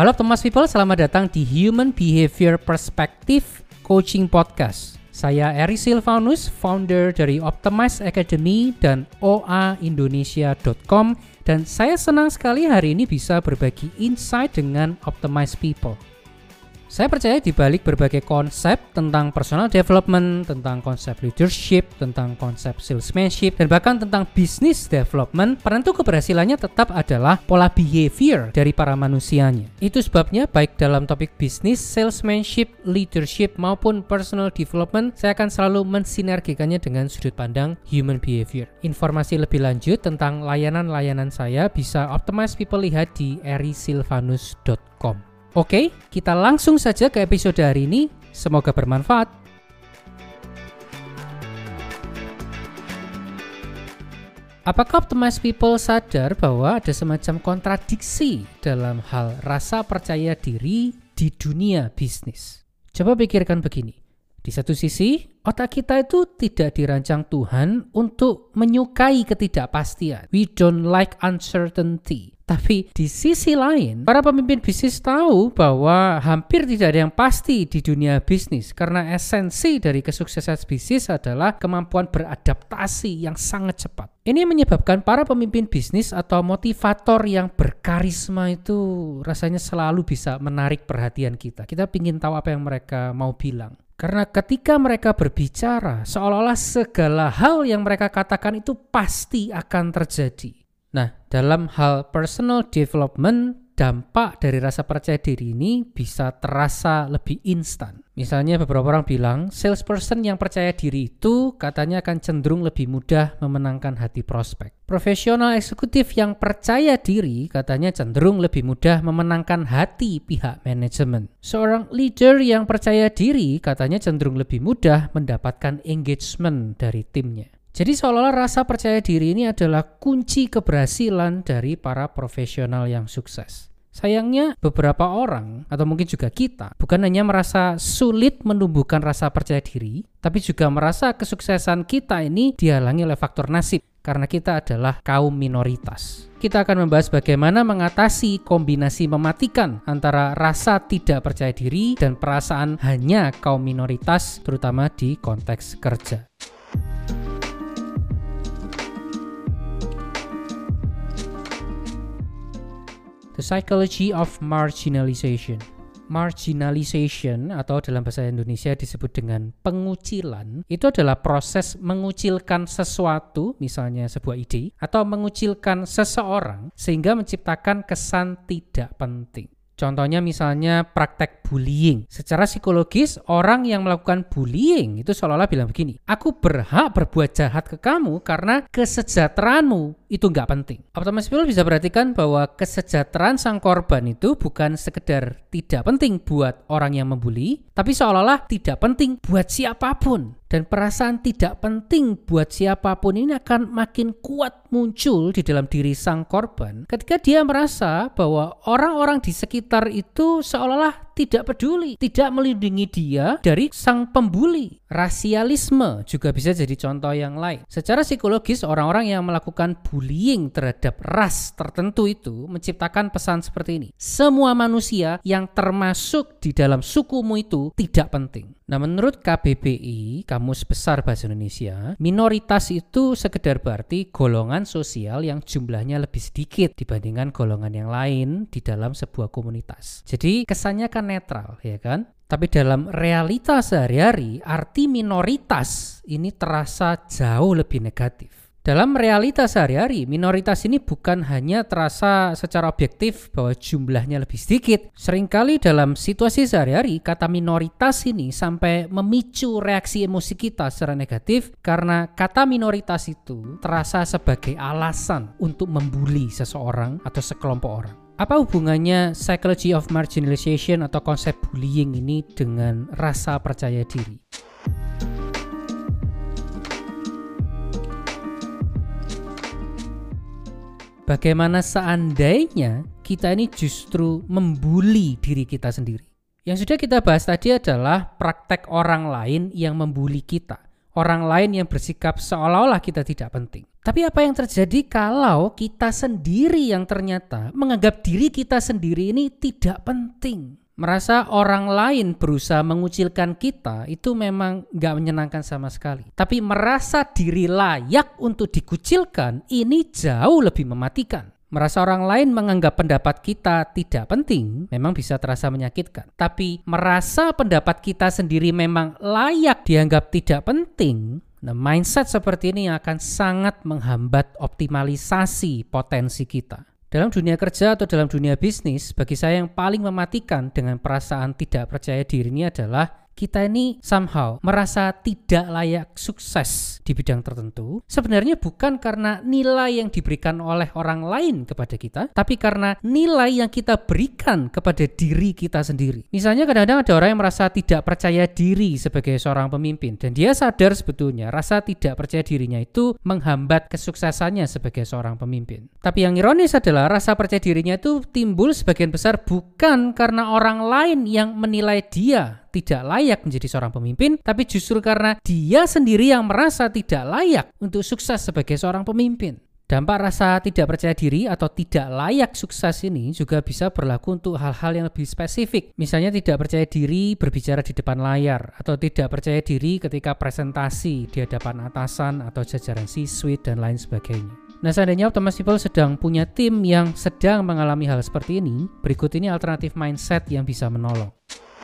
Halo Thomas People, selamat datang di Human Behavior Perspective Coaching Podcast. Saya Eri Silvanus, founder dari Optimize Academy dan oaindonesia.com, dan saya senang sekali hari ini bisa berbagi insight dengan Optimize People. Saya percaya di balik berbagai konsep tentang personal development, tentang konsep leadership, tentang konsep salesmanship, dan bahkan tentang business development, penentu keberhasilannya tetap adalah pola behavior dari para manusianya. Itu sebabnya baik dalam topik bisnis, salesmanship, leadership, maupun personal development, saya akan selalu mensinergikannya dengan sudut pandang human behavior. Informasi lebih lanjut tentang layanan-layanan saya bisa Optimize People lihat di erisilvanus.com. Oke, kita langsung saja ke episode hari ini. Semoga bermanfaat. Apakah Optimize People sadar bahwa ada semacam kontradiksi dalam hal rasa percaya diri di dunia bisnis? Coba pikirkan begini. Di satu sisi, otak kita itu tidak dirancang Tuhan untuk menyukai ketidakpastian. We don't like uncertainty. Tapi di sisi lain, para pemimpin bisnis tahu bahwa hampir tidak ada yang pasti di dunia bisnis karena esensi dari kesuksesan bisnis adalah kemampuan beradaptasi yang sangat cepat. Ini menyebabkan para pemimpin bisnis atau motivator yang berkarisma itu rasanya selalu bisa menarik perhatian kita. Kita ingin tahu apa yang mereka mau bilang. Karena ketika mereka berbicara, seolah-olah segala hal yang mereka katakan itu pasti akan terjadi. Nah, dalam hal personal development, dampak dari rasa percaya diri ini bisa terasa lebih instan. Misalnya beberapa orang bilang, salesperson yang percaya diri itu katanya akan cenderung lebih mudah memenangkan hati prospek. Profesional eksekutif yang percaya diri katanya cenderung lebih mudah memenangkan hati pihak manajemen. Seorang leader yang percaya diri katanya cenderung lebih mudah mendapatkan engagement dari timnya. Jadi seolah-olah rasa percaya diri ini adalah kunci keberhasilan dari para profesional yang sukses. Sayangnya beberapa orang, atau mungkin juga kita, bukan hanya merasa sulit menumbuhkan rasa percaya diri, tapi juga merasa kesuksesan kita ini dihalangi oleh faktor nasib, karena kita adalah kaum minoritas. Kita akan membahas bagaimana mengatasi kombinasi mematikan antara rasa tidak percaya diri dan perasaan hanya kaum minoritas, terutama di konteks kerja. The psychology of marginalization. Marginalization atau dalam bahasa Indonesia disebut dengan pengucilan, itu adalah proses mengucilkan sesuatu, misalnya sebuah ide, atau mengucilkan seseorang sehingga menciptakan kesan tidak penting. Contohnya misalnya praktek bullying. Secara psikologis, orang yang melakukan bullying itu seolah-olah bilang begini, aku berhak berbuat jahat ke kamu karena kesejahteraanmu itu nggak penting. Optimize People bisa perhatikan bahwa kesejahteraan sang korban itu bukan sekedar tidak penting buat orang yang membuli, tapi seolah-olah tidak penting buat siapapun. Dan perasaan tidak penting buat siapapun ini akan makin kuat muncul di dalam diri sang korban ketika dia merasa bahwa orang-orang di sekitar itu seolah-olah tidak peduli, tidak melindungi dia dari sang pembuli. Rasialisme juga bisa jadi contoh yang lain. Secara psikologis, orang-orang yang melakukan bullying terhadap ras tertentu itu menciptakan pesan seperti ini. Semua manusia yang termasuk di dalam sukumu itu tidak penting. Nah, menurut KBBI, Kamus Besar Bahasa Indonesia, minoritas itu sekedar berarti golongan sosial yang jumlahnya lebih sedikit dibandingkan golongan yang lain di dalam sebuah komunitas. Jadi kesannya kan netral, ya kan? Tapi dalam realita sehari-hari, arti minoritas ini terasa jauh lebih negatif. Dalam realita sehari-hari, minoritas ini bukan hanya terasa secara objektif bahwa jumlahnya lebih sedikit. Seringkali dalam situasi sehari-hari, kata minoritas ini sampai memicu reaksi emosi kita secara negatif karena kata minoritas itu terasa sebagai alasan untuk membuli seseorang atau sekelompok orang. Apa hubungannya psychology of marginalization atau konsep bullying ini dengan rasa percaya diri? Bagaimana seandainya kita ini justru membuli diri kita sendiri? Yang sudah kita bahas tadi adalah praktek orang lain yang membuli kita. orang lain yang bersikap seolah-olah kita tidak penting. Tapi apa yang terjadi kalau kita sendiri yang ternyata menganggap diri kita sendiri ini tidak penting? Merasa orang lain berusaha mengucilkan kita itu memang gak menyenangkan sama sekali. Tapi merasa diri layak untuk dikucilkan ini jauh lebih mematikan. Merasa orang lain menganggap pendapat kita tidak penting memang bisa terasa menyakitkan. Tapi merasa pendapat kita sendiri memang layak dianggap tidak penting, nah mindset seperti ini akan sangat menghambat optimalisasi potensi kita. Dalam dunia kerja atau dalam dunia bisnis, bagi saya yang paling mematikan dengan perasaan tidak percaya diri ini adalah kita ini somehow merasa tidak layak sukses di bidang tertentu. Sebenarnya bukan karena nilai yang diberikan oleh orang lain kepada kita, tapi karena nilai yang kita berikan kepada diri kita sendiri. Misalnya kadang-kadang ada orang yang merasa tidak percaya diri sebagai seorang pemimpin, dan dia sadar sebetulnya rasa tidak percaya dirinya itu menghambat kesuksesannya sebagai seorang pemimpin. Tapi yang ironis adalah rasa percaya dirinya itu timbul sebagian besar bukan karena orang lain yang menilai dia tidak layak menjadi seorang pemimpin, tapi justru karena dia sendiri yang merasa tidak layak untuk sukses sebagai seorang pemimpin. Dampak rasa tidak percaya diri atau tidak layak sukses ini juga bisa berlaku untuk hal-hal yang lebih spesifik. Misalnya tidak percaya diri berbicara di depan layar, atau tidak percaya diri ketika presentasi di hadapan atasan atau jajaran C-suite dan lain sebagainya. Nah, seandainya Optimus People sedang punya tim yang sedang mengalami hal seperti ini, berikut ini alternatif mindset yang bisa menolong.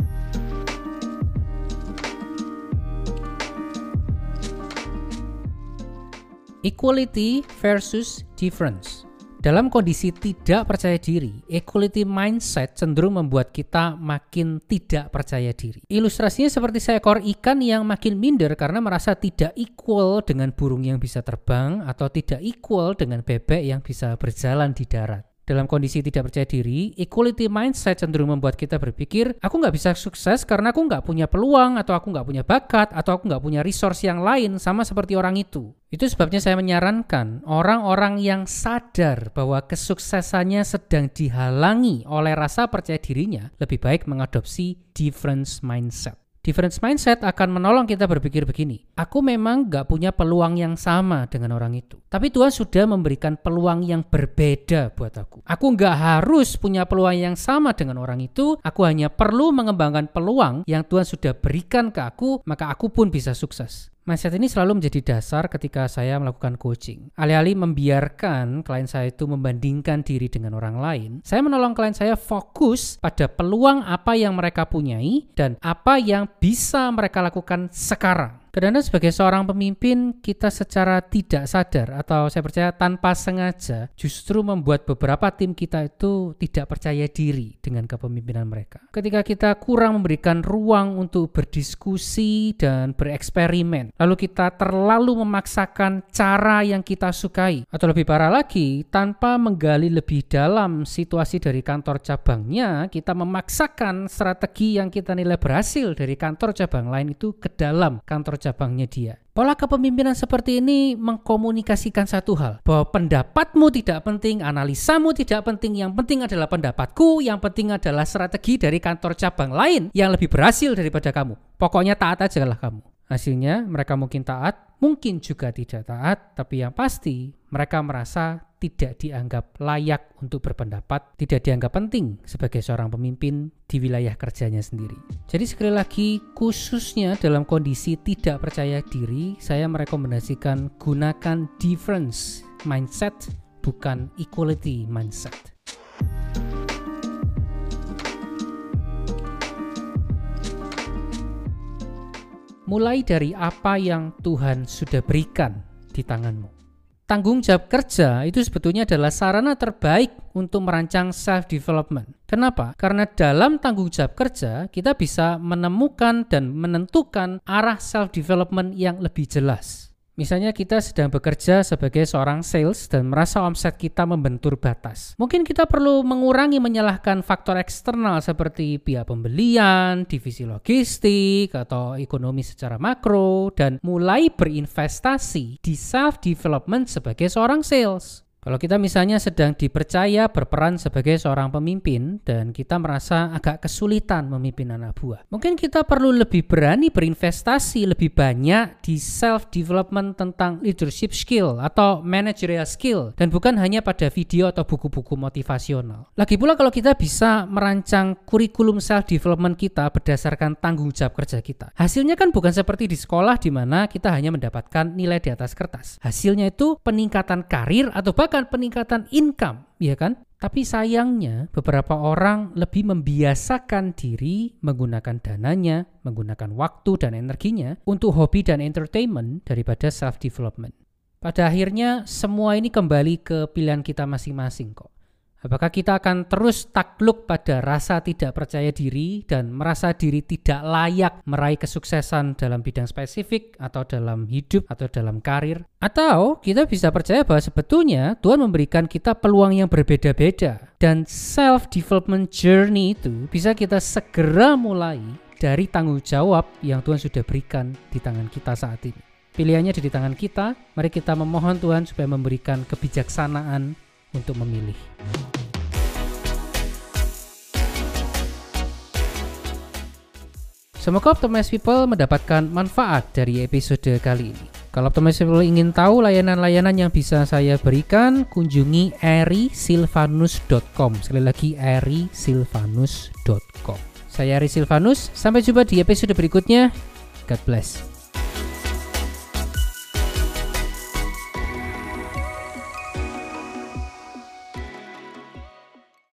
Equality versus difference. Dalam kondisi tidak percaya diri, equality mindset cenderung membuat kita makin tidak percaya diri. Ilustrasinya seperti seekor ikan yang makin minder karena merasa tidak equal dengan burung yang bisa terbang atau tidak equal dengan bebek yang bisa berjalan di darat. Dalam kondisi tidak percaya diri, equality mindset cenderung membuat kita berpikir, aku nggak bisa sukses karena aku nggak punya peluang, atau aku nggak punya bakat, atau aku nggak punya resource yang lain sama seperti orang itu. Itu sebabnya saya menyarankan orang-orang yang sadar bahwa kesuksesannya sedang dihalangi oleh rasa percaya dirinya, lebih baik mengadopsi difference mindset. Difference mindset akan menolong kita berpikir begini, aku memang gak punya peluang yang sama dengan orang itu, tapi Tuhan sudah memberikan peluang yang berbeda buat aku. Aku gak harus punya peluang yang sama dengan orang itu, aku hanya perlu mengembangkan peluang yang Tuhan sudah berikan ke aku, maka aku pun bisa sukses. Mindset ini selalu menjadi dasar ketika saya melakukan coaching. Alih-alih membiarkan klien saya itu membandingkan diri dengan orang lain, saya menolong klien saya fokus pada peluang apa yang mereka punyai dan apa yang bisa mereka lakukan sekarang. Kadang-kadang sebagai seorang pemimpin, kita secara tidak sadar atau saya percaya tanpa sengaja justru membuat beberapa tim kita itu tidak percaya diri dengan kepemimpinan mereka. Ketika kita kurang memberikan ruang untuk berdiskusi dan bereksperimen, lalu kita terlalu memaksakan cara yang kita sukai, atau lebih parah lagi, tanpa menggali lebih dalam situasi dari kantor cabangnya, kita memaksakan strategi yang kita nilai berhasil dari kantor cabang lain itu ke dalam kantor cabangnya dia. Pola kepemimpinan seperti ini mengkomunikasikan satu hal, bahwa pendapatmu tidak penting, analisamu tidak penting, yang penting adalah pendapatku, yang penting adalah strategi dari kantor cabang lain yang lebih berhasil daripada kamu. Pokoknya taat aja lah kamu. Hasilnya mereka mungkin taat, mungkin juga tidak taat, tapi yang pasti mereka merasa tidak dianggap layak untuk berpendapat, tidak dianggap penting sebagai seorang pemimpin di wilayah kerjanya sendiri. Jadi sekali lagi, khususnya dalam kondisi tidak percaya diri, saya merekomendasikan gunakan difference mindset, bukan equality mindset. Mulai dari apa yang Tuhan sudah berikan di tanganmu. Tanggung jawab kerja itu sebetulnya adalah sarana terbaik untuk merancang self-development. Kenapa? Karena dalam tanggung jawab kerja, kita bisa menemukan dan menentukan arah self-development yang lebih jelas. Misalnya kita sedang bekerja sebagai seorang sales dan merasa omset kita membentur batas. Mungkin kita perlu mengurangi menyalahkan faktor eksternal seperti pihak pembelian, divisi logistik, atau ekonomi secara makro, dan mulai berinvestasi di self-development sebagai seorang sales. Kalau kita misalnya sedang dipercaya berperan sebagai seorang pemimpin dan kita merasa agak kesulitan memimpin anak buah, mungkin kita perlu lebih berani berinvestasi lebih banyak di self-development tentang leadership skill atau managerial skill dan bukan hanya pada video atau buku-buku motivasional. Lagi pula kalau kita bisa merancang kurikulum self-development kita berdasarkan tanggung jawab kerja kita, hasilnya kan bukan seperti di sekolah di mana kita hanya mendapatkan nilai di atas kertas. Hasilnya itu peningkatan karir atau bahkan peningkatan income, ya kan? Tapi sayangnya beberapa orang lebih membiasakan diri menggunakan dananya, menggunakan waktu dan energinya untuk hobi dan entertainment daripada self-development. Pada akhirnya semua ini kembali ke pilihan kita masing-masing kok. Apakah kita akan terus takluk pada rasa tidak percaya diri dan merasa diri tidak layak meraih kesuksesan dalam bidang spesifik atau dalam hidup atau dalam karir? Atau kita bisa percaya bahwa sebetulnya Tuhan memberikan kita peluang yang berbeda-beda dan self-development journey itu bisa kita segera mulai dari tanggung jawab yang Tuhan sudah berikan di tangan kita saat ini. Pilihannya di tangan kita, mari kita memohon Tuhan supaya memberikan kebijaksanaan untuk memilih. Semoga Optimize People mendapatkan manfaat dari episode kali ini. Kalau Optimize People ingin tahu layanan-layanan yang bisa saya berikan, kunjungi erisilvanus.com. Sekali lagi erisilvanus.com. Saya Eri Silvanus, sampai jumpa di episode berikutnya. God bless.